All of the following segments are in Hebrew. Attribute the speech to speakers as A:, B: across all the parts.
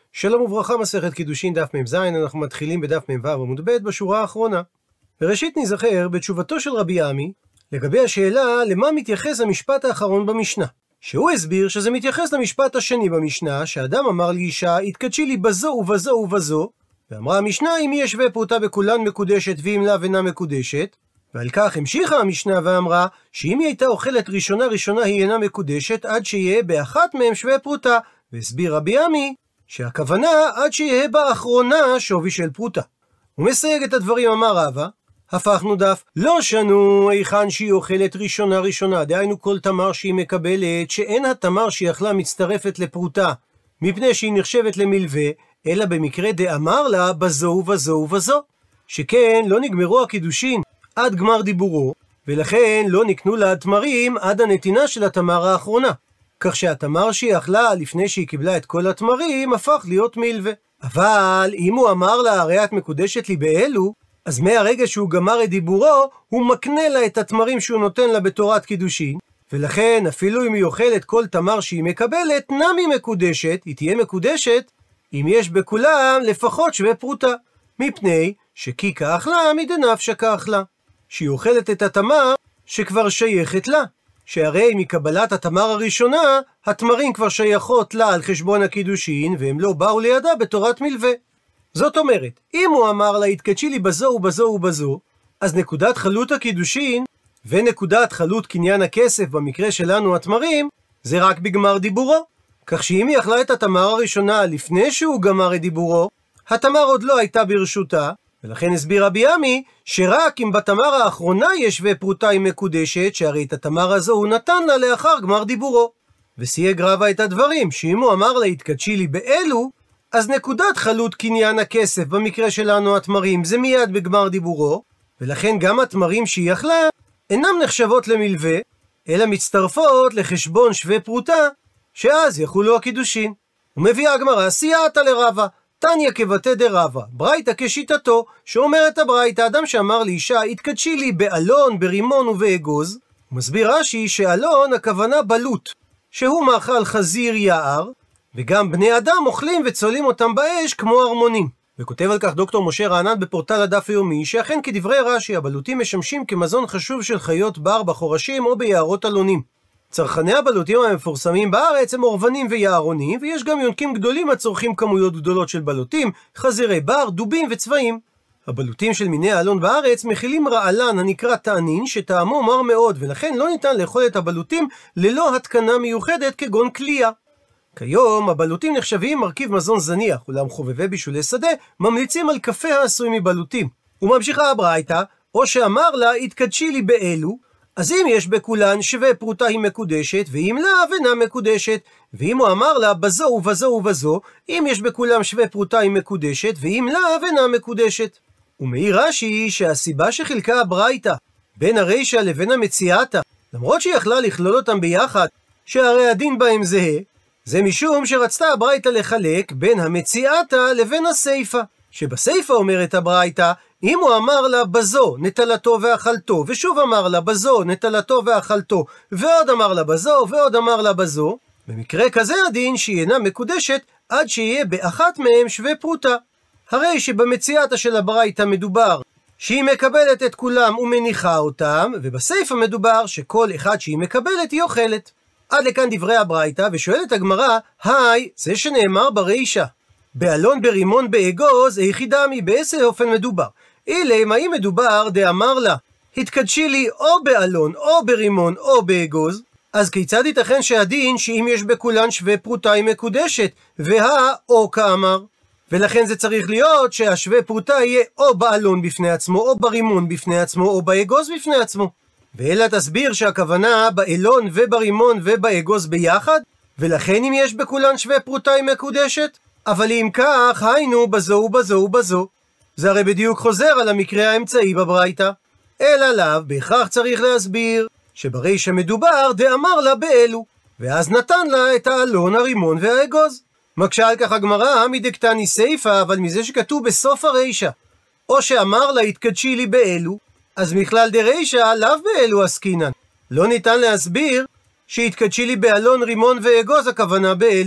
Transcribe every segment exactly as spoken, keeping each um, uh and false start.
A: שלום וברכה, מסכת קידושין דף מ"ז, אנחנו מתחילים בדף מ"ו עמוד ב' בשורה האחרונה. וראשית נזכר בתשובתו של רבי עמי לגבי השאלה למה מתייחס המשפט האחרון במשנה, שהוא הסביר שזה מתייחס למשפט השני במשנה, שאדם אמר לאישה התקדשי לי בזו ובזו ובזו, ואמרה המשנה אם יהיה שווה פרוטה בכולן מקודשת ואם לאו אינה מקודשת, ועל כך המשיכה המשנה ואמרה שאם היא הייתה אוכלת ראשונה ראשונה היא אינה מקודשת עד שיהיה באחת מהם שווה פרוטה, והסביר רבי עמי שהכוונה עד שיהיה באחרונה שווי של פרוטה. הוא מסייג את הדברים, אמר רבא הפכנו דף, לא שנו היכן שהיא אוכלת ראשונה ראשונה, דהיינו כל תמר שהיא מקבלת שאין התמר שהיא אכלה מצטרפת לפרוטה מפני שהיא נחשבת למלווה, אלא במקרה דאמר לה בזו ובזו ובזו, שכן לא נגמרו הקידושין עד גמר דיבורו, ולכן לא נקנו לה התמרים עד הנתינה של התמר האחרונה, כך שהתמר שהיא אכלה לפני שהיא קיבלה את כל התמרים הפך להיות מלווה. אבל אם הוא אמר לה הרי את מקודשת לי באלו, אז מהרגע שהוא גמר את דיבורו הוא מקנה לה את התמרים שהוא נותן לה בתורת קידושין, ולכן אפילו אם היא אוכלת כל תמר שהיא מקבלת נמי מקודשת, היא תהיה מקודשת אם יש בכולם לפחות שווה פרוטה, מפני שקיקה אכלה מדנפשא כאכלה, שהיא אוכלת את התמר שכבר שייכת לה, שהרי מקבלת התמר הראשונה התמרים כבר שייכות לה על חשבון הקידושין והם לא באו לידה בתורת מלווה. זאת אומרת, אם הוא אמר לה התקדשי לי בזו ובזו ובזו, אז נקודת חלות הקידושין ונקודת חלות קניין הכסף במקרה שלנו התמרים זה רק בגמר דיבורו, כך שאם היא אכלה את התמר הראשונה לפני שהוא גמר את דיבורו, התמר עוד לא הייתה ברשותה, ולכן הסביר רבי עמי שרק אם בתמר האחרונה יש שווה פרוטה היא מקודשת, שהרי את התמר הזו הוא נתן לה לאחר גמר דיבורו. וסייג רבא את הדברים, שאם הוא אמר לה התקדשי לי באלו, אז נקודת חלות קניין הכסף במקרה שלנו התמרים זה מיד בגמר דיבורו, ולכן גם התמרים שהיא אכלה אינם נחשבות למלווה, אלא מצטרפות לחשבון שווה פרוטה, שאז יחולו הקידושין. ומביאה הגמרא סייעתא לרבא, תניא כבתי דרבא, ברייתא כשיטתו, שאומרת הברייתא אדם שאמר לאישה התקדשי לי באלון, ברימון ובאגוז, הוא מסביר רש"י שאלון הכוונה בלוט, שהוא מאכל חזיר יער, וגם בני אדם אוכלים וצולים אותם באש כמו ארמונים. וכותב על כך דוקטור משה רענן בפורטל הדף היומי שאכן כדברי רש"י הבלוטים משמשים כמזון חשוב של חיות בר בחורשים או ביערות אלונים. צרכני הבלוטים המפורסמים בארץ הם אורבנים ויערונים, ויש גם יונקים גדולים הצורכים כמויות גדולות של בלוטים, חזירי בר, דובים וצבעים. הבלוטים של מיני האלון בארץ מכילים רעלן הנקרא תענין שטעמו מר מאוד, ולכן לא ניתן לאכול את הבלוטים ללא התקנה מיוחדת כגון קלייה. כיום הבלוטים נחשבים מרכיב מזון זניח, אולם חובבי בישולי שדה ממליצים על קפה העשוי מבלוטים. וממשיכה הברייתא, או שאמר לה התקדשי לי באלו, אז אם יש בכולן שווה פרוטה היא מקודשת, ואם לאו אינה מקודשת, ואם הוא אמר לה בזו ובזו ובזו, אם יש בכולם שווה פרוטה היא מקודשת, ואם לאו אינה מקודשת. ומעיר רש"י שהסיבה שחילקה הברייתא בין הרישא לבין המציאתא, למרות שהיא יכלה לכלול אותם ביחד, שהרי הדין בהם זהה, זה משום שרצתה הברייתא לחלק בין המציאתא לבין הסיפא, שבסיפא אומרת הברייתא אם הוא אמר לה בזו נטלתו ואכלתו, ושוב אמר לה בזו נטלתו ואכלתו, ועוד אמר לה בזו ועוד אמר לה בזו, במקרה כזה הדין שהיא אינה מקודשת עד שיהיה באחת מהם שווה פרוטה. הרי שבמציאתא של הברייתא מדובר שהיא מקבלת את כולם ומניחה אותם, ובסיפא מדובר שכל אחד שהיא מקבלת היא אוכלת. עד לכאן דברי הברייתא, ושואלת הגמרא, היי, זה שנאמר ברישא באלון ברימון באגוז, היחידמי באיזה אופן מדובר? אילם, האם מדובר דאמר לה התקדשי לי או באלון או ברימון או באגוז, אז כיצד ייתכן שהדין שאם יש בכולן שווה פרוטה היא מקודשת, והא או כאמר? ולכן זה צריך להיות שהשווה פרוטה יהיה או באלון בפני עצמו או ברימון בפני עצמו או באגוז בפני עצמו. ואלא תסביר שהכוונה באלון וברימון ובאגוז ביחד, ולכן אם יש בכולן שווה פרוטה היא מקודשת. אבל אם כך, היינו בזו ובזו ובזו, זה הרי בדיוק חוזר על המקרה האמצעי בברייתא. אלא לאו, בהכרח צריך להסביר שברישא מדובר דאמר לה באלו, ואז נתן לה את האלון, הרימון והאגוז. מקשה על כך הגמרא מדקתני סיפא, אבל מזה שכתוב בסוף הרישא או שאמר לה התקדשי לי באלו, אז מכלל דרישא לאו באלו עסקינן. לא ניתן להסביר שהתקדשי לי באלון, רימון ואגוז הכוונה באלו.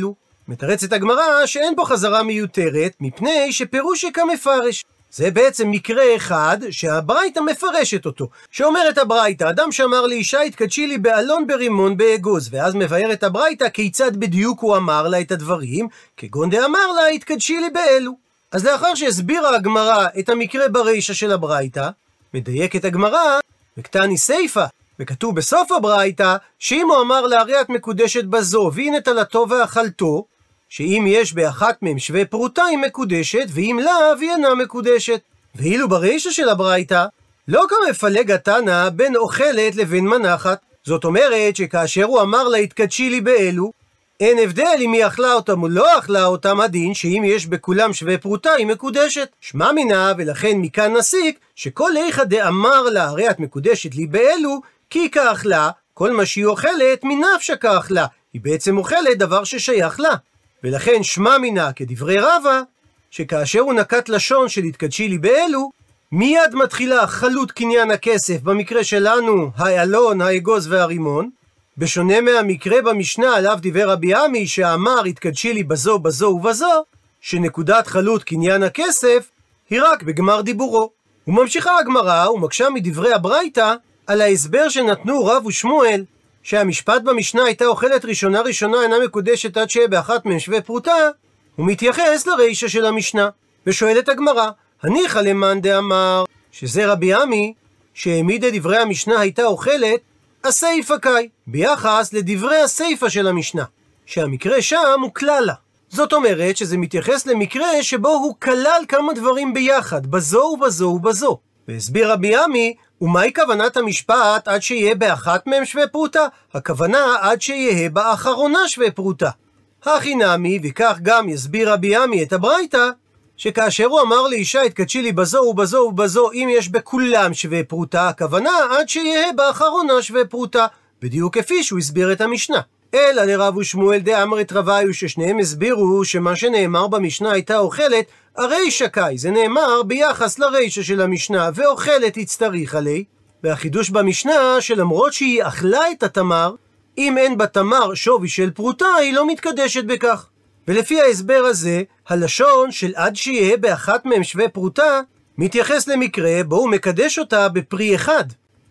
A: מתרצת הגמרא שאין פה חזרה מיותרת, מפני שפירוש כמפרש. זה בעצם מקרה אחד שהברייתא מפרשת אותו. שאומרת הברייתא, אדם שאמר לאישה התקדשי לי באלון ברימון באגוז, ואז מבארת הברייתא כיצד בדיוק הוא אמר לה את הדברים, כגון דאמר לה התקדשי לי באלו. אז לאחר שהסבירה הגמרא את המקרה ברישא של הברייתא, מדייקת הגמרא וקטני סיפא, וכתוב בסוף הברייתא שאם הוא אמר לה הרי את מקודשת בזו והיא נטלתו ואכלתו, שאם יש באחת מהם שווה פרוטה היא מקודשת, ואם לאו היא אינה מקודשת. ואילו ברישא של הברייתא לא כמפלג התנא בין אוכלת לבין מנחת. זאת אומרת שכאשר הוא אמר לה התקדשי לי באלו, אין הבדל אם היא אכלה אותם או לא אכלה אותם, הדין שאם יש בכולם שווה פרוטה היא מקודשת. שמע מינה, ולכן מכאן נסיק שכל איכא דאמר לה הרי את מקודשת לי באלו, כי כאכלה, כל מה שהיא אוכלת מנפשה כאכלה, היא בעצם אוכלת דבר ששייך לה. ולכן שמע מינה כדברי רבא, שכאשר הוא נקט לשון של התקדשי לי באלו, מיד מתחילה חלות קניין הכסף, במקרה שלנו האלון, האגוז והרימון, בשונה מהמקרה במשנה עליו דיבר רבי עמי שאמר התקדשי לי בזו בזו ובזו, שנקודת חלות קניין הכסף היא רק בגמר דיבורו. וממשיכה הגמרא ומקשה מדברי הברייתא על ההסבר שנתנו רב ושמואל, שהמשפט במשנה הייתה אוכלת ראשונה ראשונה אינה מקודשת עד שיהיה באחת מהם שווה פרוטה, הוא מתייחס לרישא של המשנה, ושואלת הגמרא, הניחא למאן דאמר, שזה רבי עמי, שהעמיד את דברי המשנה הייתה אוכלת, הסיפא קאי, ביחס לדברי הסיפא של המשנה, שהמקרה שם הוא כללה. זאת אומרת שזה מתייחס למקרה שבו הוא כלל כמה דברים ביחד, בזו ובזו ובזו. והסביר רבי עמי, ומהי כוונת המשפט עד שיהיה באחת מהם שווה פרוטה? הכוונה עד שיהיה באחרונה שווה פרוטה. הכי נמי, וכך גם יסביר רבי עמי את הברייתא, שכאשר הוא אמר לאישה התקדשי לי בזו ובזו ובזו אם יש בכולם שווה פרוטה, הכוונה עד שיהיה באחרונה שווה פרוטה, בדיוק כפי שהוא הסביר את המשנה. אלא לרב ושמואל דאמרת רביו, ששניהם הסבירו שמה שנאמר במשנה הייתה אוכלת, הרישא קאי, זה נאמר ביחס לרישא של המשנה, ואוכלת הצטריך עלי. והחידוש במשנה שלמרות שהיא אכלה את התמר, אם אין בתמר שווי של פרוטה היא לא מתקדשת בכך. ולפי ההסבר הזה, הלשון של עד שיהיה באחת מהם שווה פרוטה, מתייחס למקרה בו הוא מקדש אותה בפרי אחד.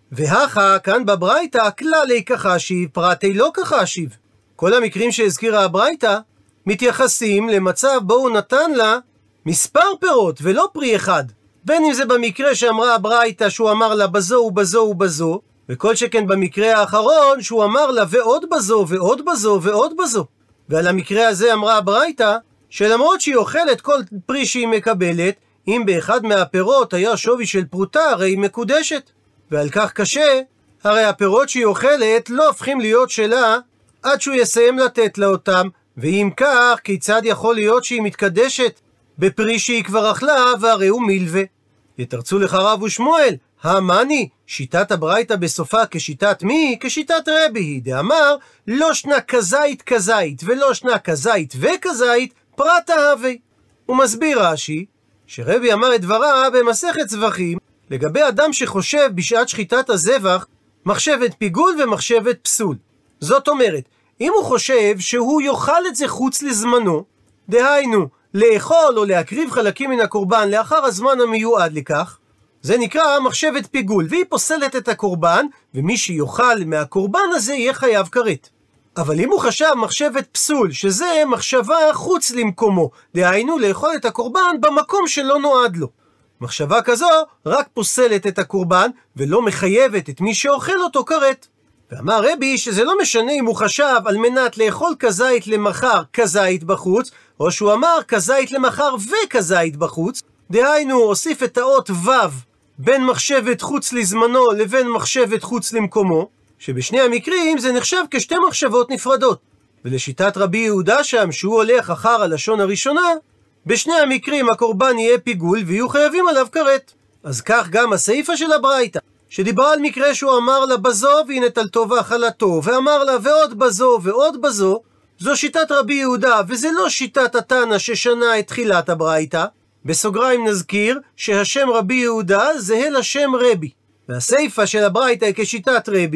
A: והכה כאן בברייתא כללי כחשיב פרטי לא כחשיב. כל המקרים שהזכירה הברייתא מתייחסים למצב בו הוא נתן לה מספר פירות ולא פרי אחד, בין אם זה במקרה שאמרה הברייתא שהוא אמר לה בזו ובזו ובזו, וכל שכן במקרה האחרון שהוא אמר לה ועוד בזו ועוד בזו ועוד בזו. ועל המקרה הזה אמרה הברייתא שלמרות שהיא אוכלת כל פרי שהיא מקבלת, אם באחד מהפירות היה שווי של פרוטה הרי היא מקודשת. ועל כך קשה, הרי הפירות שהיא אוכלת לא הופכים להיות שלה עד שהוא יסיים לתת לה אותם, ואם כך כיצד יכול להיות שהיא מתקדשת בפרי שהיא כבר אכלה והרי הוא מלווה? יתרצו לך רב ושמואל, המאני, שיטת הברייתא בסופה כשיטת מי? כשיטת רבי היא, דאמר לא שנה כזית כזית ולא שנה כזית וכזית פרטה הווי. הוא מסביר רש"י שרבי אמר את דברה במסכת זבחים לגבי אדם שחושב בשעת שחיטת הזבח מחשבת פיגול ומחשבת פסול. זאת אומרת, אם הוא חושב שהוא יאכל את זה חוץ לזמנו, דהיינו לאכול או להקריב חלקים מן הקורבן לאחר הזמן המיועד לכך, זה נקרא מחשבת פיגול, והיא פוסלת את הקורבן, ומי שיאכל מהקורבן הזה יהיה חייב כרת. אבל אם הוא חשב מחשבת פסול, שזה מחשבה חוץ למקומו, דהיינו לאכול את הקורבן במקום שלא נועד לו, מחשבה כזו רק פוסלת את הקורבן ולא מחייבת את מי שאוכל אותו כרת. ואמר רבי שזה לא משנה אם הוא חשב על מנת לאכול כזית למחר כזית בחוץ, או שהוא אמר כזית למחר וכזית בחוץ, דהיינו הוסיף את האות ו' בין מחשבת חוץ לזמנו לבין מחשבת חוץ למקומו, שבשני המקרים זה נחשב כשתי מחשבות נפרדות. ולשיטת רבי יהודה שם, שהוא הולך אחר הלשון הראשונה, בשני המקרים הקורבן יהיה פיגול ויהיו חייבים עליו כרת. אז כך גם הסיפא של הברייתא, שדיברה על מקרה שהוא אמר לה בזו והיא נטלתו ואכלתו, ואמר לה ועוד בזו ועוד בזו, זו שיטת רבי יהודה, וזה לא שיטת התנא ששנה את תחילת הברייתא. בסוגריים נזכיר שהשם רבי יהודה זהה לשם רבי, והסיפא של הברייתא היא כשיטת רבי,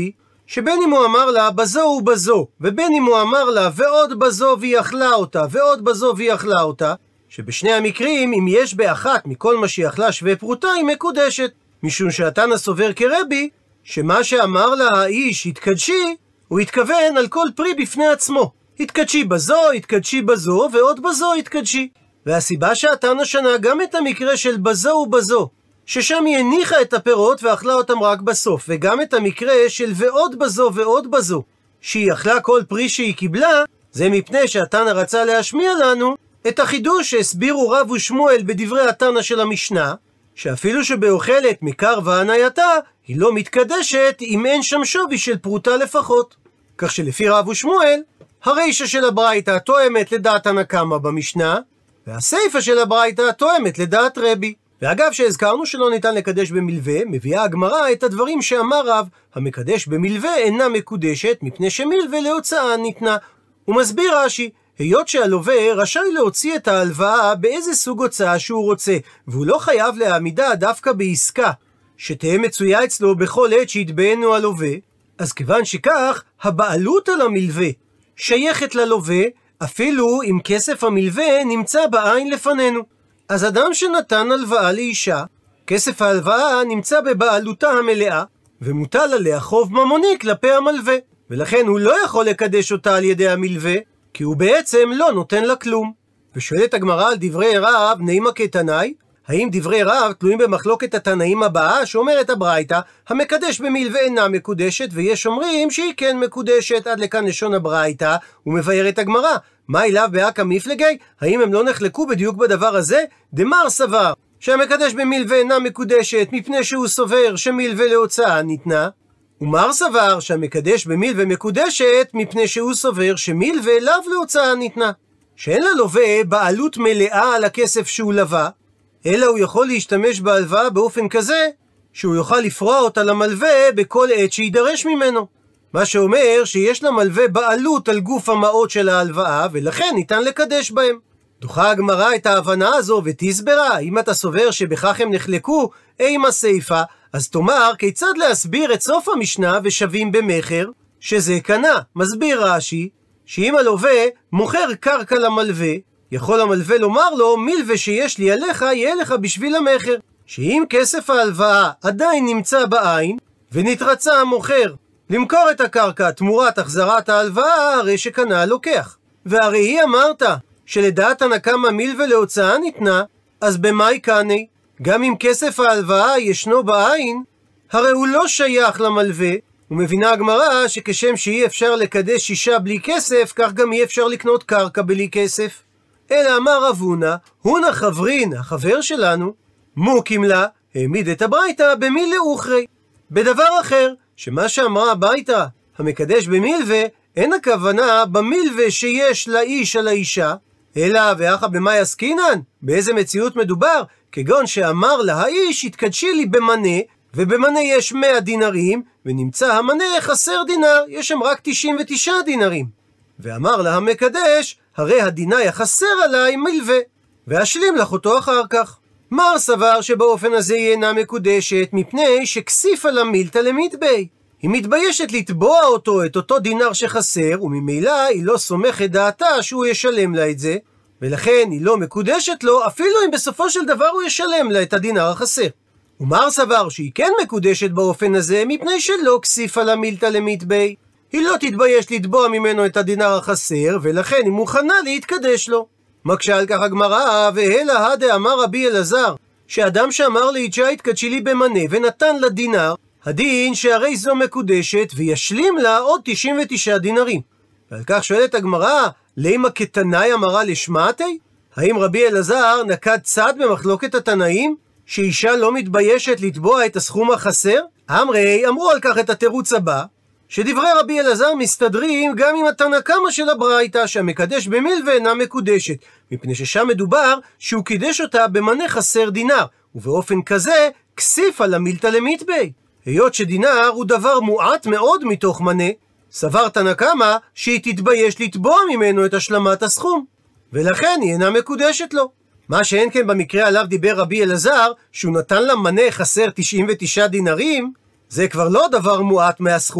A: שבין אם הוא אמר לה בזו ובזו, ובין אם הוא אמר לה ועוד בזו והיא אכלה אותה, ועוד בזו והיא אכלה אותה, שבשני המקרים, אם יש באחת מכל מה שהיא אכלה שווה פרוטה, היא מקודשת. משום שהתנא סובר כרבי, שמה שאמר לה האיש התקדשי, הוא התכוון על כל פרי בפני עצמו. התקדשי בזו, התקדשי בזו, ועוד בזו התקדשי. והסיבה שהתנא שנה גם את המקרה של בזו ובזו, ששם היא הניחה את הפירות ואכלה אותם רק בסוף, וגם את המקרה של ועוד בזו ועוד בזו, שהיא אכלה כל פרי שהיא קיבלה, זה מפני שהתנא רצה להשמיע לנו את החידוש שהסבירו רב ושמואל בדברי התנא של המשנה, שאפילו שבאוכלת מקר והנייתה, היא לא מתקדשת אם אין שם שווי של פרוטה לפחות. כך שלפי רב ושמואל, הרישא של הברייתא תואמת לדעת תנא קמא במשנה, והסיפא של הברייתא תואמת לדעת רבי. ואגב שהזכרנו שלא ניתן לקדש במלווה, מביאה הגמרא את הדברים שאמר רב, המקדש במלווה אינה מקודשת, מפני שמלווה להוצאה ניתנה. הוא מסביר רש"י, היות שהלווה רשאי להוציא את ההלוואה באיזה סוג הוצאה שהוא רוצה, והוא לא חייב להעמידה דווקא בעסקה, שתהיה מצויה אצלו בכל עת שיתבענו הלווה, אז כיוון שכך, הבעלות על המלווה שייכת ללווה, אפילו אם כסף המלווה נמצא בעין לפנינו. אז אדם שנתן הלוואה לאישה, כסף ההלוואה נמצא בבעלותה המלאה, ומוטל עליה חוב ממוני כלפי המלווה, ולכן הוא לא יכול לקדש אותה על ידי המלווה, כי הוא בעצם לא נותן לה כלום. ושואלת הגמרא על דברי רב, נימא כתנאי, האם דברי רב תלויים במחלוקת התנאים הבאה, שאומרת הברייתא, המקדש במלווה אינה מקודשת, ויש אומרים שהיא כן מקודשת. עד לכאן לשון הברייתא, ומבארת הגמרא, מה אליו באקא מפלגי? האם הם לא נחלקו בדיוק בדבר הזה? דמר סבר שהמקדש במלווה אינה מקודשת מפני שהוא סובר שמלווה להוצאה ניתנה, ומר סבר שהמקדש במלווה מקודשת מפני שהוא סובר שמלווה לאו להוצאה ניתנה, שאין ללווה בעלות מלאה על הכסף שהוא לווה, אלא הוא יכול להשתמש בהלוואה באופן כזה שהוא יוכל לפרוע אותה למלווה בכל עת שידרש ממנו, מה שאומר שיש למלווה בעלות על גוף המעות של ההלוואה, ולכן ניתן לקדש בהם. דוחה הגמרא את ההבנה הזו ותסברה, אם אתה סובר שבכך הם נחלקו, אימה סיפה, אז תאמר כיצד להסביר את סוף המשנה ושווים במחר, שזה קנה. מסביר רש"י, שאם הלווה מוכר קרקע למלווה, יכול המלווה לומר לו, מלווה שיש לי עליך יהיה לך בשביל המחר, שאם כסף ההלוואה עדיין נמצא בעין, ונתרצה המוכר למכור את הקרקע תמורת החזרת ההלוואה, הרי שקנה לוקח. והרי היא אמרת שלדעת תנא קמא מלווה להוצאה ניתנה, אז במאי קני? גם אם כסף ההלוואה ישנו בעין, הרי הוא לא שייך למלווה. ומבינה הגמרא שכשם שאי אפשר לקדש אישה בלי כסף, כך גם אי אפשר לקנות קרקע בלי כסף. אלא אמר רב הונא, הונא חברין, החבר שלנו, מוקים לה, העמיד את הברייתא במילי אוכרי. בדבר אחר, שמה שאמרה הברייתא, המקדש במלווה, אין הכוונה במלווה שיש לאיש על האישה, אלא ואחא במאי עסקינן, באיזה מציאות מדובר, כגון שאמר לה האיש, התקדשי לי במנה, ובמנה יש מאה דינרים, ונמצא המנה חסר דינר, יש שם רק תשעים ותשעה דינרים. ואמר לה המקדש, הרי הדינאי החסר עליי מלווה, ואשלים לך אותו אחר כך. מר סבר שבאופן הזה היא אינה מקודשת, מפני שכסיפה לה מילתא למיתבי. היא מתביישת לתבוע אותו, את אותו דינר שחסר, וממילא היא לא סומכת דעתה שהוא ישלם לה את זה, ולכן היא לא מקודשת לו, אפילו אם בסופו של דבר הוא ישלם לה את הדינר החסר. ומר סבר שהיא כן מקודשת באופן הזה, מפני שלא כסיפה לה מילתא למיתבי. היא לא תתבייש לתבוע ממנו את הדינר החסר, ולכן היא מוכנה להתקדש לו. מקשה על כך הגמרא, והלה הדה אמר רבי אלעזר, שאדם שאמר לאישה התקדשי לי במנה ונתן לה דינר, הדין שהרי זו מקודשת וישלים לה עוד תשעים ותשעה דינרים. ועל כך שואלת הגמרא, לימה כתנאי אמרה לשמעתי? האם רבי אלעזר נקט צד במחלוקת התנאים, שאישה לא מתביישת לתבוע את הסכום החסר? אמרי, אמרו על כך את התירוץ הבא, שדברי רבי אלעזר מסתדרים גם עם התנא קמא של הברייתא, שהמקדש במלווה אינה מקודשת, מפני ששם מדובר שהוא קידש אותה במנה חסר דינר, ובאופן כזה כסיפה לה מילתא למיתבי. היות שדינר הוא דבר מועט מאוד מתוך מנה, סבר תנא קמא שהיא תתבייש לתבוע ממנו את השלמת הסכום, ולכן היא אינה מקודשת לו. מה שאין כן במקרה עליו דיבר רבי אלעזר, שהוא נתן לה מנה חסר תשעים ותשעה דינרים, זה כבר לא דבר מועט מהסכום,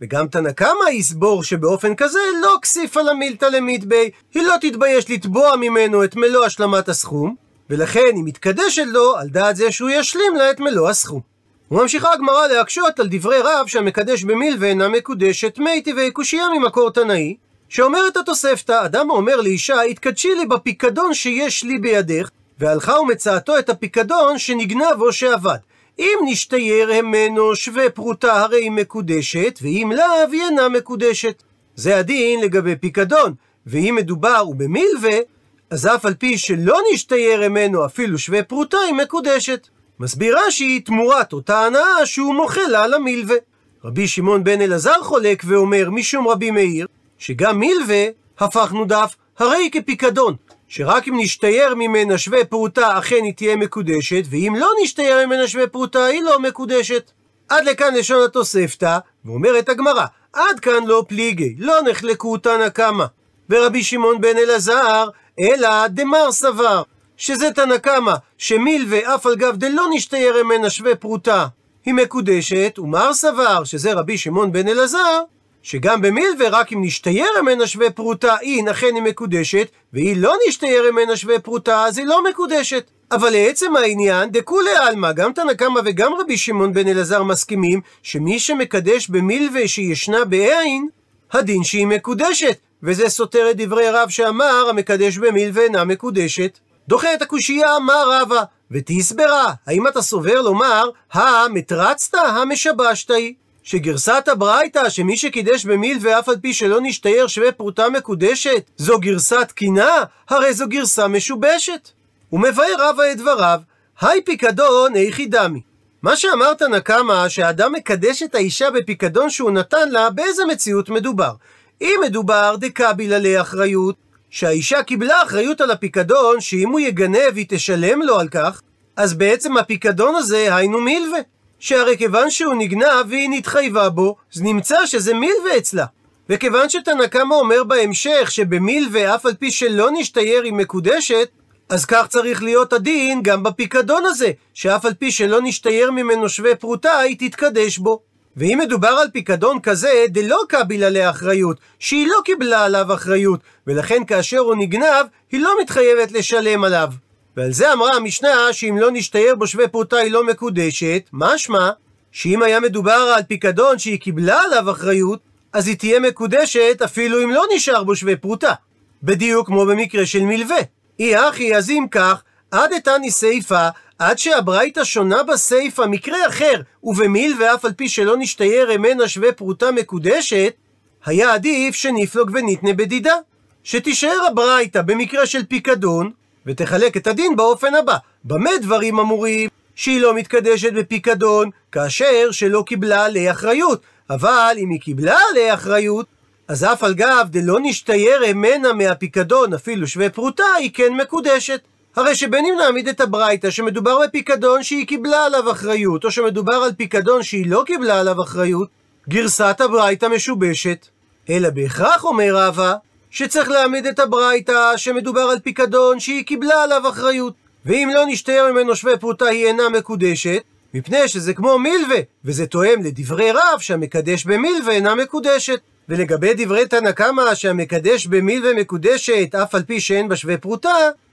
A: וגם תנא קמא יסבור שבאופן כזה לא כסיפא למילתא למיתבי, היא לא תתבייש לתבוע ממנו את מלוא השלמת הסכום, ולכן היא מתקדשת לו על דעת זה שהוא ישלים לה את מלוא הסכום. וממשיכה הגמרא להקשות על דברי רב שהמקדש במילווה אינה מקודשת, מייטיבי קושיה ממקור תנאי, שאומרת התוספתא, אדם אומר לאישה, התקדשי לי בפיקדון שיש לי בידך, והלכה ומצאתו את הפיקדון שנגנב או שאבד. אם נשתייר ממנו שווה פרוטה הרי היא מקודשת, ואם לאו היא אינה מקודשת. זה הדין לגבי פיקדון, ואם מדובר ובמילווה, אז אף על פי שלא נשתייר ממנו אפילו שווה פרוטה היא מקודשת. מסבירה שהיא תמורת אותה הנאה שהוא מוכל לה על המילווה. רבי שמעון בן אלעזר חולק ואומר משום רבי מאיר, שגם מילווה הפכנו דף הרי היא כפיקדון, שרק אם נשתייר ממנה שווה פרוטה אכן היא תהיה מקודשת, ואם לא נשתייר ממנה שווה פרוטה היא לא מקודשת. עד לכאן לשון התוספתא, ואומרת הגמרא, עד כאן לא פליגי, לא נחלקו תנא קמא ורבי שמעון בן אלעזר, אלא דמר סבר, שזה תנא קמא שמילווה אף על גב דלא נשתייר ממנה שווה פרוטה היא מקודשת, ומר סבר, שזה רבי שמעון בן אלעזר, שגם במילווה רק אם נשתייר ממנה שווה פרוטה היא אכן היא מקודשת, והיא לא נשתייר ממנה שווה פרוטה אז היא לא מקודשת. אבל לעצם העניין דכולי עלמא, גם תנא קמא וגם רבי שמעון בן אלעזר מסכימים שמי שמקדש במילווה שישנה בעין, הדין שהיא מקודשת, וזה סותר את דברי רב שאמר המקדש במילווה אינה מקודשת. דוחה את הקושייה אמר רבא, ותסברה, האם אתה סובר לומר המתרצתא המשבשתא היא, שגרסת הברייתא שמי שקידש במילווה אף על פי שלא נשתייר שווה פרוטה מקודשת זו גרסת קינה? הרי זו גרסה משובשת. ומבאר רבא את דבריו, היי פיקדון איכי דמי. מה שאמר תנא קמא שהאדם מקדש את האישה בפיקדון שהוא נתן לה, באיזה מציאות מדובר? אם מדובר דקבילה לאחריות, שהאישה קיבלה אחריות על הפיקדון, שאם הוא יגנב היא תשלם לו על כך, אז בעצם הפיקדון הזה היינו מילווה, שהרי כיוון שהוא נגנב והיא נתחייבה בו, אז נמצא שזה מילווה אצלה. וכיוון שתנא קמא אומר בהמשך שבמילווה אף על פי שלא נשתייר היא מקודשת, אז כך צריך להיות הדין גם בפיקדון הזה, שאף על פי שלא נשתייר ממנו שווה פרוטה היא תתקדש בו. ואם מדובר על פיקדון כזה דלא קבילה לאחריות, שהיא לא קיבלה עליו אחריות, ולכן כאשר הוא נגנב היא לא מתחייבת לשלם עליו, ועל זה אמרה המשנה שאם לא נשתייר בו שווה פרוטה היא לא מקודשת, משמע שאם היה מדובר על פיקדון שהיא קיבלה עליו אחריות, אז היא תהיה מקודשת אפילו אם לא נשאר בו שווה פרוטה, בדיוק כמו במקרה של מילווה. אי אחי, אז אם כך, עד איתני סייפה, עד שהברייתא שונה בסייפה מקרה אחר, ובמילווה אף על פי שלא נשתייר ממנה שווה פרוטה מקודשת, היה עדיף שנפלוג ונתנה בדידה, שתישאר הברייתא במקרה של פיקדון, ותחלק את הדין באופן הבא. במה דברים אמורים? שהיא לא מתקדשת בפיקדון כאשר שלא קיבלה עליה אחריות, אבל אם היא קיבלה עליה אחריות, אז אף על גב דלא נשתייר ממנה מהפיקדון אפילו שווה פרוטה היא כן מקודשת. הרי שבין אם נעמיד את הברייתא שמדובר בפיקדון שהיא קיבלה עליו אחריות, או שמדובר על פיקדון שהיא לא קיבלה עליו אחריות, גרסת הברייתא משובשת. אלא בהכרח אומר רבא שצריך להעמיד את הברייתא שמדובר על פיקדון שהיא קיבלה עליו אחריות, ואם לא נשתייר ממנו שווה פרוטה היא אינה מקודשת, מפני שזה כמו מילווה, וזה תואם לדברי רב שהמקדש במילווה אינה מקודשת. ולגבי דברי תנא קמא שהמקדש במילווה מקודשת אף על פי שאין בה שווה פרוטה,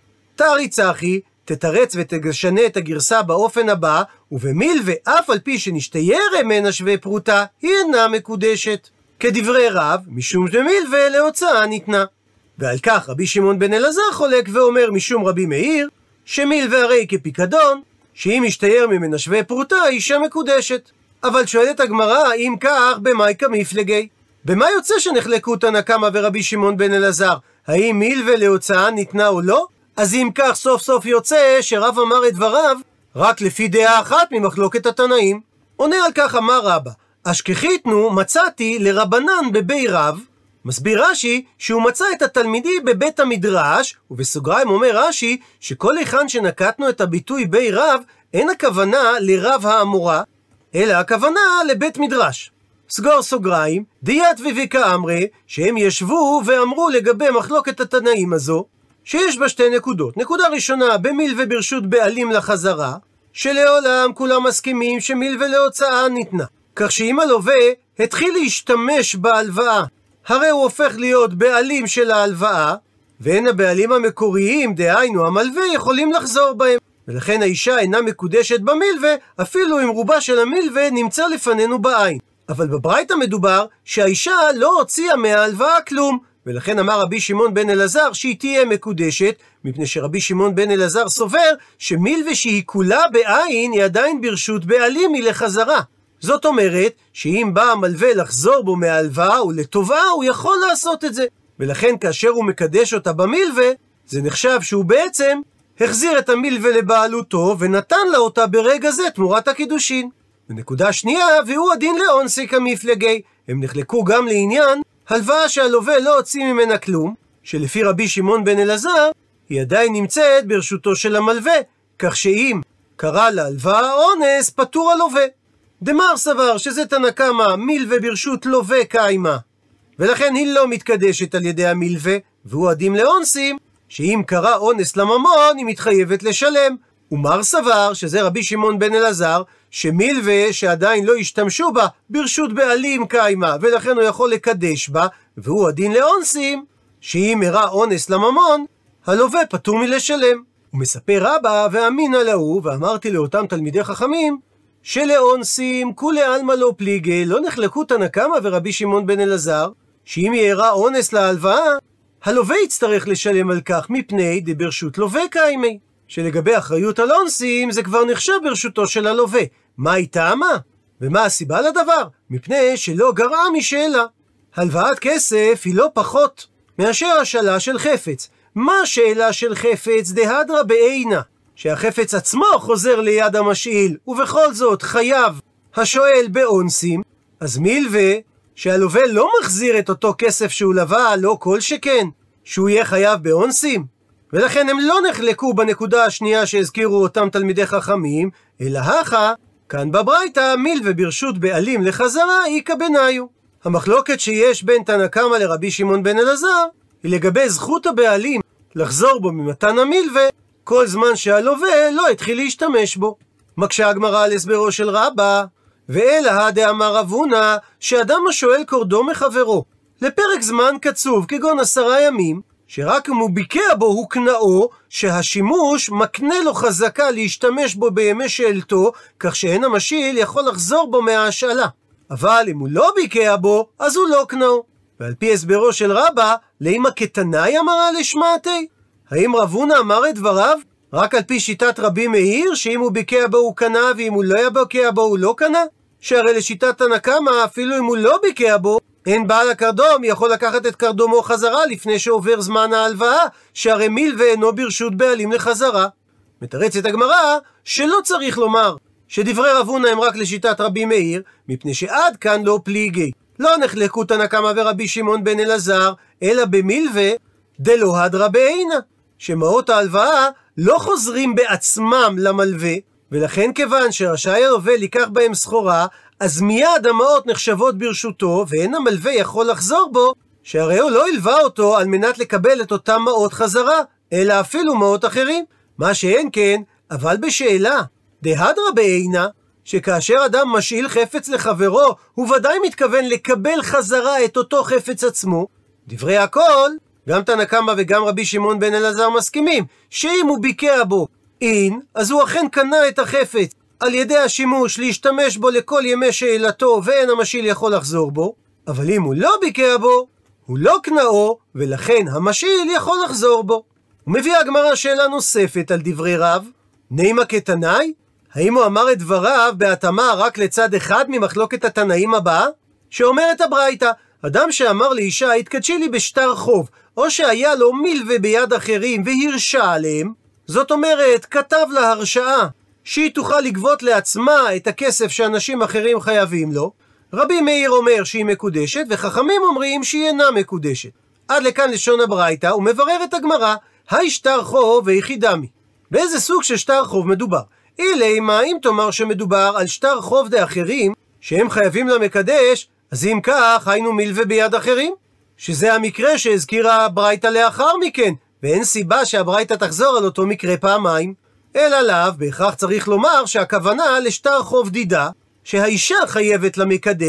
A: תרי צחי, תתרץ ותשנה את הגרסה באופן הבא, ובמילווה אף על פי שנשתייר ממנה שווה פרוטה היא אינה מקודשת, כדברי רב משום שמילווה להוצאה ניתנה. ועל כך רבי שמעון בן אלעזר חולק ואומר משום רבי מאיר שמילווה הרי כפיקדון, שאם ישתייר ממנה שווה פרוטה היא אישה מקודשת. אבל שואלת הגמרא, אם כך במאי כמפלגי, במה יוצא שנחלקו תנא קמא ורבי שמעון בן אלעזר? האם מילווה להוצאה ניתנה או לא? אז אם כך סוף סוף יוצא שרב אמר את דבריו רק לפי דעה אחת ממחלוקת התנאים. עונה על כך אמר רבא, אשכחיתנו מצאתי לרבנן בבי רב. מסביר רש"י שהוא מצא את התלמידי בבית המדרש, ובסוגריים אומר רש"י שכל היכן שנקטנו את הביטוי בי רב אין הכוונה לרב האמורה, אלא הכוונה לבית מדרש. סגור סוגריים, דיית וויקה אמרי, שהם ישבו ואמרו לגבי מחלוקת התנאים הזו, שיש בה שתי נקודות. נקודה ראשונה, במילווה ברשות בעלים לחזרה, שלעולם כולם מסכימים שמילווה להוצאה ניתנה, כך שאם הלווה התחיל להשתמש בהלוואה, הרי הוא הופך להיות בעלים של ההלוואה, ואין הבעלים המקוריים, דהיינו המלווה, יכולים לחזור בהם. ולכן האישה אינה מקודשת במלווה, אפילו אם רובה של המלווה נמצא לפנינו בעין. אבל בברייתא מדובר שהאישה לא הוציאה מההלוואה כלום, ולכן אמר רבי שמעון בן אלעזר שהיא תהיה מקודשת, מפני שרבי שמעון בן אלעזר סובר שמלווה שהיא כולה בעין היא עדיין ברשות בעלים היא לחזרה. זאת אומרת שאם בא המלווה לחזור בו מההלוואה ולטובה, הוא יכול לעשות את זה. ולכן כאשר הוא מקדש אותה במלווה, זה נחשב שהוא בעצם החזיר את המלווה לבעלותו ונתן לה אותה ברגע זה תמורת הקידושין. ונקודה שנייה, והוא הדין לאונסי כמפלגי. הם נחלקו גם לעניין הלוואה שהלווה לא הוציא ממנה כלום, שלפי רבי שמעון בן אלעזר היא עדיין נמצאת ברשותו של המלווה, כך שאם קרא להלוואה אונס פטור הלווה. דמר סבר שזה תנא קמא מלווה ברשות לווה קיימא, ולכן היא לא מתקדשת על ידי המלווה, והוא הדין לאונסים שאם קרא אונס לממון היא מתחייבת לשלם. ומר סבר, שזה רבי שמעון בן אלעזר, שמלווה שעדיין לא השתמשו בה ברשות בעלים קיימא, ולכן הוא יכול לקדש בה, והוא הדין לאונסים שאם הראה אונס לממון הלווה פטור מלשלם. הוא מספר רבא ואמינא להו, ואמרתי לאותם תלמידי חכמים שלאונסים כולי עלמא לא פליגי, לא נחלקו תנא קמא ורבי שמעון בן אלעזר שאם יראה אונס להלוואה הלווה יצטרך לשלם על כך, מפני דברשות לווה קיימי, שלגבי אחריות על אונסים זה כבר נחשב ברשותו של הלווה. מה היא טעמה? ומה הסיבה לדבר? מפני שלא גרעה משאלה. הלוואת כסף היא לא פחות מאשר השאלה של חפץ. מה השאלה של חפץ? דהדרא בעינה, שהחפץ עצמו חוזר ליד המשאיל, ובכל זאת חייב השואל באונסים. אז מלווה שהלווה לא מחזיר את אותו כסף שהוא לווה, לא כל שכן שהוא יהיה חייב באונסים. ולכן הם לא נחלקו בנקודה השנייה שהזכירו אותם תלמידי חכמים, אלא הכה, כאן בברייתא מלווה ברשות בעלים לחזרה היא כבניו. המחלוקת שיש בין תנא קמא לרבי שמעון בן אלעזר היא לגבי זכות הבעלים לחזור בו ממתן המלווה כל זמן שהלווה לא התחיל להשתמש בו. מקשה הגמרא על הסברו של רבא, ואלא דאמר רב הונא שאדם השואל קורדו מחברו לפרק זמן קצוב כגון עשרה ימים, שרק אם הוא ביקע בו הוא קנאו, שהשימוש מקנה לו חזקה להשתמש בו בימי שאלתו, כך שאין המשיל יכול לחזור בו מההשאלה. אבל אם הוא לא ביקע בו, אז הוא לא קנאו. ועל פי הסברו של רבא, לימה כתנאי אמרה לשמעתי? האם רב הונא אמר את דבריו רק על פי שיטת רבי מאיר, שאם הוא ביקע בו הוא קנה, ואם הוא לא היה ביקע בו הוא לא קנה? שהרי לשיטת תנא קמא, אפילו אם הוא לא ביקע בו, אין בעל הקרדום יכול לקחת את קרדומו חזרה לפני שעובר זמן ההלוואה, שהרי מלווה אינו ברשות בעלים לחזרה. מתרצת הגמרא שלא צריך לומר שדברי רב הונא הם רק לשיטת רבי מאיר, מפני שעד כאן לא פליגי. לא נחלקו תנא קמא ורבי שמעון בן אלעזר, אלא במלווה דלא הדרא בעינא, שמעות ההלוואה לא חוזרים בעצמם למלווה, ולכן כיוון שרשאי הלווה לקח בהם סחורה, אז מיד המעות נחשבות ברשותו, ואין המלווה יכול לחזור בו, שהרי הוא לא הלווה אותו על מנת לקבל את אותם מעות חזרה, אלא אפילו מעות אחרים. מה שאין כן, אבל בשאלה דהדרא בעינא, שכאשר אדם משאיל חפץ לחברו, הוא ודאי מתכוון לקבל חזרה את אותו חפץ עצמו. דברי הכל, גם תנא קמא וגם רבי שמעון בן אלעזר מסכימים, שאם הוא ביקע בו אין, אז הוא אכן קנה את החפץ על ידי השימוש להשתמש בו לכל ימי שאלתו, ואין המשיל יכול לחזור בו. אבל אם הוא לא ביקע בו, הוא לא קנאו, ולכן המשיל יכול לחזור בו. הוא מביא הגמרא שאלה נוספת על דברי רב, נימה כתנאי? האם הוא אמר את דבריו בהתאמה רק לצד אחד ממחלוקת התנאים הבאה? שאומרת הברייתא, אדם שאמר לאישה התקדשי לי בשטר חוב, או שהיה לו מלווה ביד אחרים והרשע עליהם, זאת אומרת כתב לה הרשאה שהיא תוכל לגבות לעצמה את הכסף שאנשים אחרים חייבים לו, רבי מאיר אומר שהיא מקודשת, וחכמים אומרים שהיא אינה מקודשת. עד לכאן לשון הברייתא, ומברר את הגמרא, היי שטר חוב ואיכי דמי. באיזה סוג של שטר חוב מדובר? אילי מה אם תאמר שמדובר על שטר חוב דאחרים שהם חייבים למקדש, אז אם כך היינו מלווה ביד אחרים, שזה המקרה שהזכירה הברייתא לאחר מכן, ואין סיבה שהברייתא תחזור על אותו מקרה פעמיים. אלא לאו, בהכרח צריך לומר שהכוונה לשטר חוב דידה, שהאישה חייבת למקדש,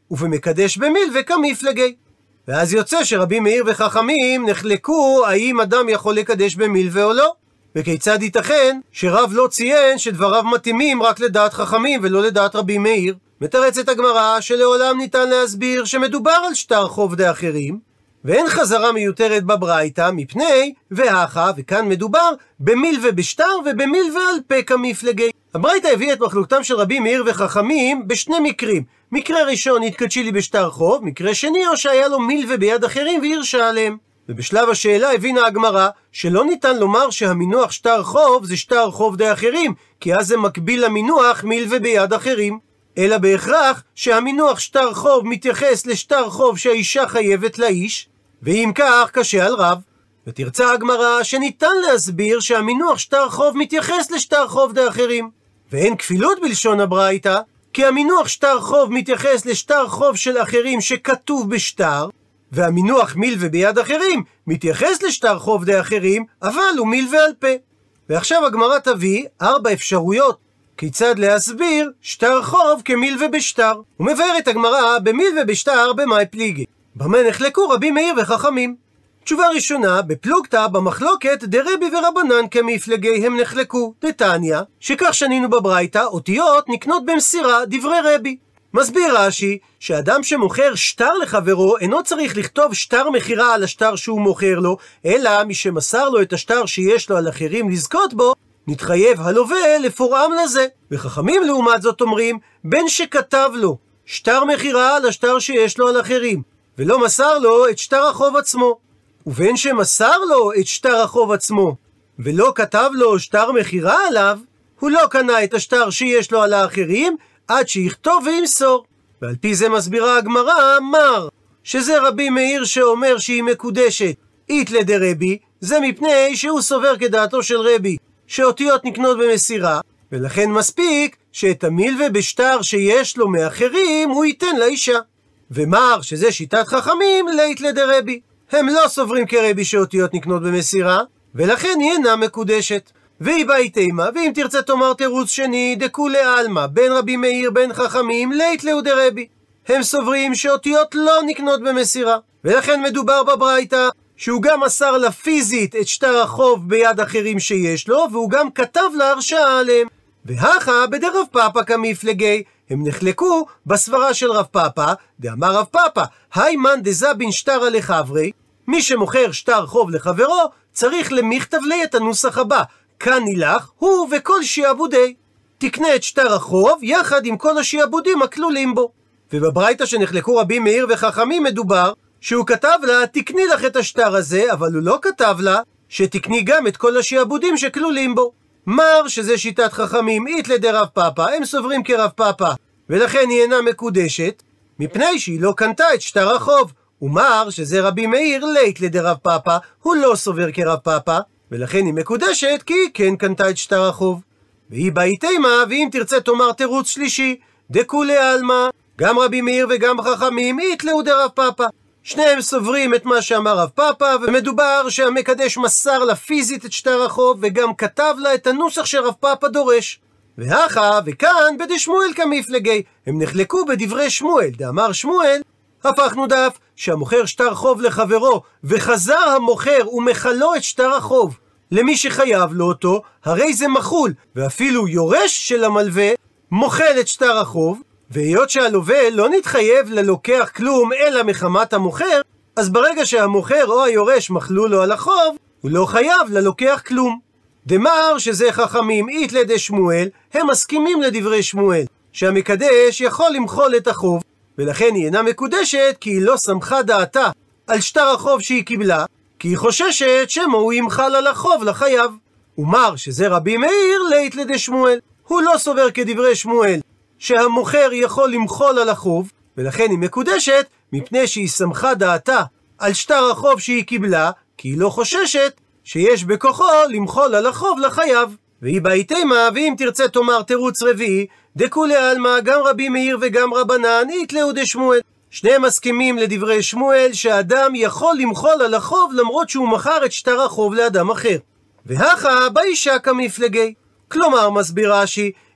A: ובמקדש במילווה כמפלגי. ואז יוצא שרבי מאיר וחכמים נחלקו האם אדם יכול לקדש במילווה או לא. וכיצד ייתכן שרב לא ציין שדבריו מתאימים רק לדעת חכמים ולא לדעת רבי מאיר? מתרצת הגמרא שלעולם ניתן להסביר שמדובר על שטר חוב דאחרים, ואין חזרה מיותרת בברייתא מפני והכה, וכאן מדובר במילווה בשטר ובמילווה על פה כמפלגי. הברייתא הביאה את מחלוקתם של רבי מאיר וחכמים בשני מקרים. מקרה ראשון התקדשי לי בשטר חוב, מקרה שני או שהיה לו מילווה ביד אחרים והרשה עליהם. ובשלב השאלה הבינה הגמרא שלא ניתן לומר שהמינוח שטר חוב זה שטר חוב דאחרים, כי אז זה מקביל למינוח מילווה ביד אחרים, אלא בהכרח שהמינוח שטר חוב מתייחס לשטר חוב שהאישה חייבת לאיש, ואם כך קשה על רב. ותרצה הגמרא שניתן להסביר שהמינוח שטר חוב מתייחס לשטר חוב דאחרים, ואין כפילות בלשון הברייתא, כי המינוח שטר חוב מתייחס לשטר חוב של אחרים שכתוב בשטר, והמינוח מילווה ביד אחרים מתייחס לשטר חוב דאחרים, אבל הוא מילווה על פה. ועכשיו הגמרא תביא ארבע אפשרויות כיצד להסביר שטר חוב כמילווה בשטר. ומבארת הגמרא במילווה בשטר במאי פליגי, במה נחלקו רבי מאיר וחכמים. תשובה ראשונה, בפלוגתא במחלוקת דרבי ורבנן כמפלגי הם נחלקו. דתניא, שכך שנינו בברייתא, אותיות נקנות במסירה דברי רבי. מסביר רש"י שאדם שמוכר שטר לחברו אינו צריך לכתוב שטר מחירה על השטר שהוא מוכר לו, אלא מי שמסר לו את השטר שיש לו על אחרים לזכות בו, נתחייב הלווה לפורעם לזה. וחכמים לעומת זאת אומרים, בין שכתב לו שטר מחירה על השטר שיש לו על אחרים, ולא מסר לו את שטר החוב עצמו, ובין שמסר לו את שטר החוב עצמו, ולא כתב לו שטר מחירה עליו, הוא לא קנה את השטר שיש לו על האחרים, עד שיכתוב וימסור. ועל פי זה מסבירה הגמרא, מר, שזה רבי מאיר שאומר שהיא מקודשת איתלה דרבי, זה מפני שהוא סובר כדעתו של רבי, שאותיות נקנות במסירה, ולכן מספיק שאת המילווה בשטר שיש לו מאחרים הוא ייתן לאישה. ומר, שזה שיטת חכמים, לאיתלה דרבי, הם לא סוברים כרבי שאותיות נקנות במסירה, ולכן היא אינה מקודשת. והיא באי תימה, ואם תרצה תאמר תירוץ שני, דכולי עלמא, בין רבי מאיר בין חכמים, לאיתלהו דרבי. הם סוברים שאותיות לא נקנות במסירה, ולכן מדובר בברייתא שהוא גם מסר לה פיזית את שטר החוב ביד אחרים שיש לו, והוא גם כתב לה הרשאה עליהם. והכה בדרב פאפא כמפלגי, הם נחלקו בסברה של רב פאפא, דאמר רב פאפא, היימן דזבין שטרא לחברי, מי שמוכר שטר חוב לחברו, צריך למכתב לי את הנוסח הבא, כאן נילך, הוא וכל שיעבודי. תקנה את שטר החוב יחד עם כל השיעבודים הכלולים בו. ובברייתא שנחלקו רבי מאיר וחכמים מדובר שהוא כתב לה, תקני לך את השטר הזה, אבל הוא לא כתב לה שתקני גם את כל השיעבודים שכלולים בו. מר, שזה שיטת חכמים, איתלה דרב פאפא, הם סוברים כרב פאפא, ולכן היא אינה מקודשת, מפני שהיא לא קנתה את שטר החוב. ומר, שזה רבי מאיר, לאיתלה דרב פאפא, הוא לא סובר כרב פאפא, ולכן היא מקודשת כי היא כן קנתה את שטר החוב. והיא באי תימה, ואם תרצה תאמר תירוץ שלישי, דכולי עלמא, גם רבי מאיר וגם חכמים איתלהו דרב פאפא, שניהם סוברים את מה שאמר רב פאפא, ומדובר שהמקדש מסר לה פיזית את שטר החוב וגם כתב לה את הנוסח שרב פאפא דורש. והכה וכאן בדשמואל כמפלגי, הם נחלקו בדברי שמואל, דאמר שמואל, הפכנו דף שהמוכר שטר חוב לחברו וחזר המוכר ומחלו את שטר החוב למי שחייב לו אותו, הרי זה מחול, ואפילו יורש של המלווה מוחל את שטר החוב, והיות שהלווה לא נתחייב ללוקח כלום אלא מחמת המוכר, אז ברגע שהמוכר או היורש מחלו לו על החוב, הוא לא חייב ללוקח כלום. דמר, שזה חכמים איתלה דשמואל, הם מסכימים לדברי שמואל שהמקדש יכול למחול את החוב, ולכן היא אינה מקודשת כי היא לא סמכה דעתה על שטר החוב שהיא קיבלה, כי היא חוששת שמא הוא ימחל על החוב לחייב. ומר, שזה רבי מאיר, לאיתלה דשמואל, הוא לא סובר כדברי שמואל שהמוכר יכול למחול על החוב, ולכן היא מקודשת מפני שהיא סמכה דעתה על שטר החוב שהיא קיבלה, כי היא לא חוששת שיש בכוחו למחול על החוב לחייב. והיא באי תימה, ואם תרצה תאמר תירוץ רביעי, דכולי עלמא, גם רבי מאיר וגם רבנן איתלהו דשמואל, שניהם מסכימים לדברי שמואל שהאדם יכול למחול על החוב למרות שהוא מכר את שטר החוב לאדם אחר. והכה באישה כמפלגי, כלומר מסביר רש"י,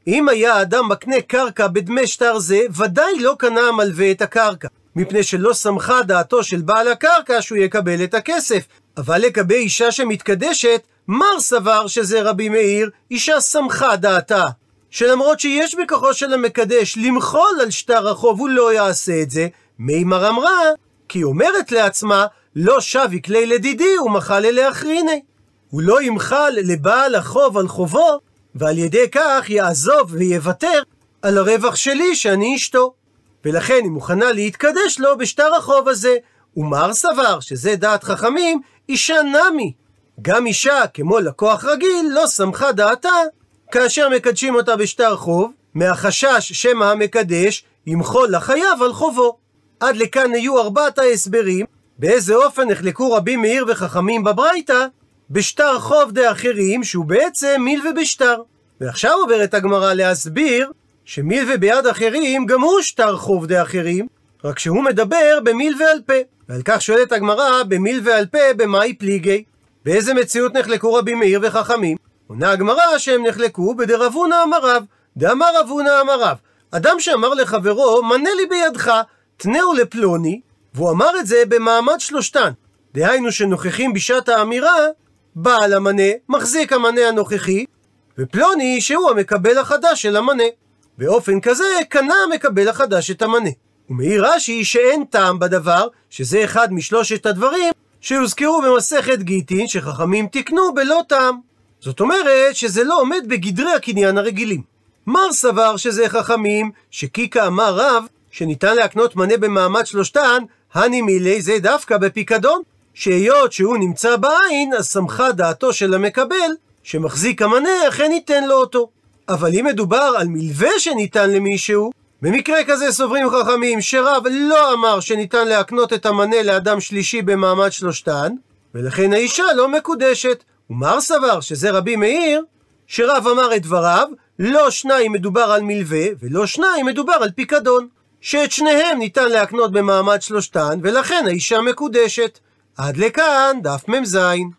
A: אם היה האדם מקנה קרקע בדמי שטר זה, ודאי לא קנה המלווה את הקרקע, מפני שלא שמחה דעתו של בעל הקרקע שהוא יקבל את הכסף. אבל לגבי אישה שמתקדשת, מר סבר שזה רבי מאיר, אישה שמחה דעתה, שלמרות שיש בכוחו של המקדש למחול על שטר החוב, הוא לא יעשה את זה. מימר אמרה, כי אומרת לעצמה, לא שבי כלי לדידי ומחל אליה אחריני. הוא לא ימחל לבעל החוב על חובו, ועל ידי כך יעזוב ויוותר על הרווח שלי שאני אשתו. ולכן היא מוכנה להתקדש לו בשטר החוב הזה. ומר סבר שזה דעת חכמים, אישה נמי. גם אישה כמו לקוח רגיל לא שמחה דעתה כאשר מקדשים אותה בשטר חוב, מהחשש שמא המקדש ימחול לחייב על חובו. עד לכאן היו ארבעת ההסברים באיזה אופן נחלקו רבי מאיר וחכמים בברייתא בשטר חוב דאחרים, שהוא בעצם מילווה בשטר. ועכשיו עוברת הגמרא להסביר שמילווה ביד אחרים גם הוא שטר חוב דאחרים, רק שהוא מדבר במילווה על פה. ועל כך שואלת הגמרא, במילווה על פה במאי פליגי? באיזה מציאות נחלקו רבי מאיר וחכמים? עונה הגמרא שהם נחלקו בדרב הונא אמר רב. דאמר רב הונא אמר רב, אדם שאמר לחברו, מנה לי בידך, תנהו לפלוני, והוא אמר את זה במעמד שלושתן. דהיינו שנוכחים בשעת האמירה, בעל המנה, מחזיק המנה הנוכחי, ופלוני שהוא המקבל החדש של המנה. באופן כזה קנה המקבל החדש את המנה. ומעיר רש"י שאין טעם בדבר, שזה אחד משלושת הדברים שהוזכרו במסכת גיטין שחכמים תיקנו בלא טעם. זאת אומרת שזה לא עומד בגדרי הקניין הרגילים. מר סבר שזה חכמים, שקיקה אמר רב שניתן להקנות מנה במעמד שלושתן, הני מילי זה דווקא בפיקדון, שהיות שהוא נמצא בעין, אז שמחה דעתו של המקבל שמחזיק המנה אכן ניתן לו אותו. אבל אם מדובר על מלווה שניתן למישהו, במקרה כזה סוברים חכמים שרב לא אמר שניתן להקנות את המנה לאדם שלישי במעמד שלושתן, ולכן האישה לא מקודשת. ומר סבר שזה רבי מאיר, שרב אמר את דבריו, לא שניים מדובר על מלווה ולא שניים מדובר על פיקדון, שאת שניהם ניתן להקנות במעמד שלושתן, ולכן האישה מקודשת. עד לכאן דף ממזין.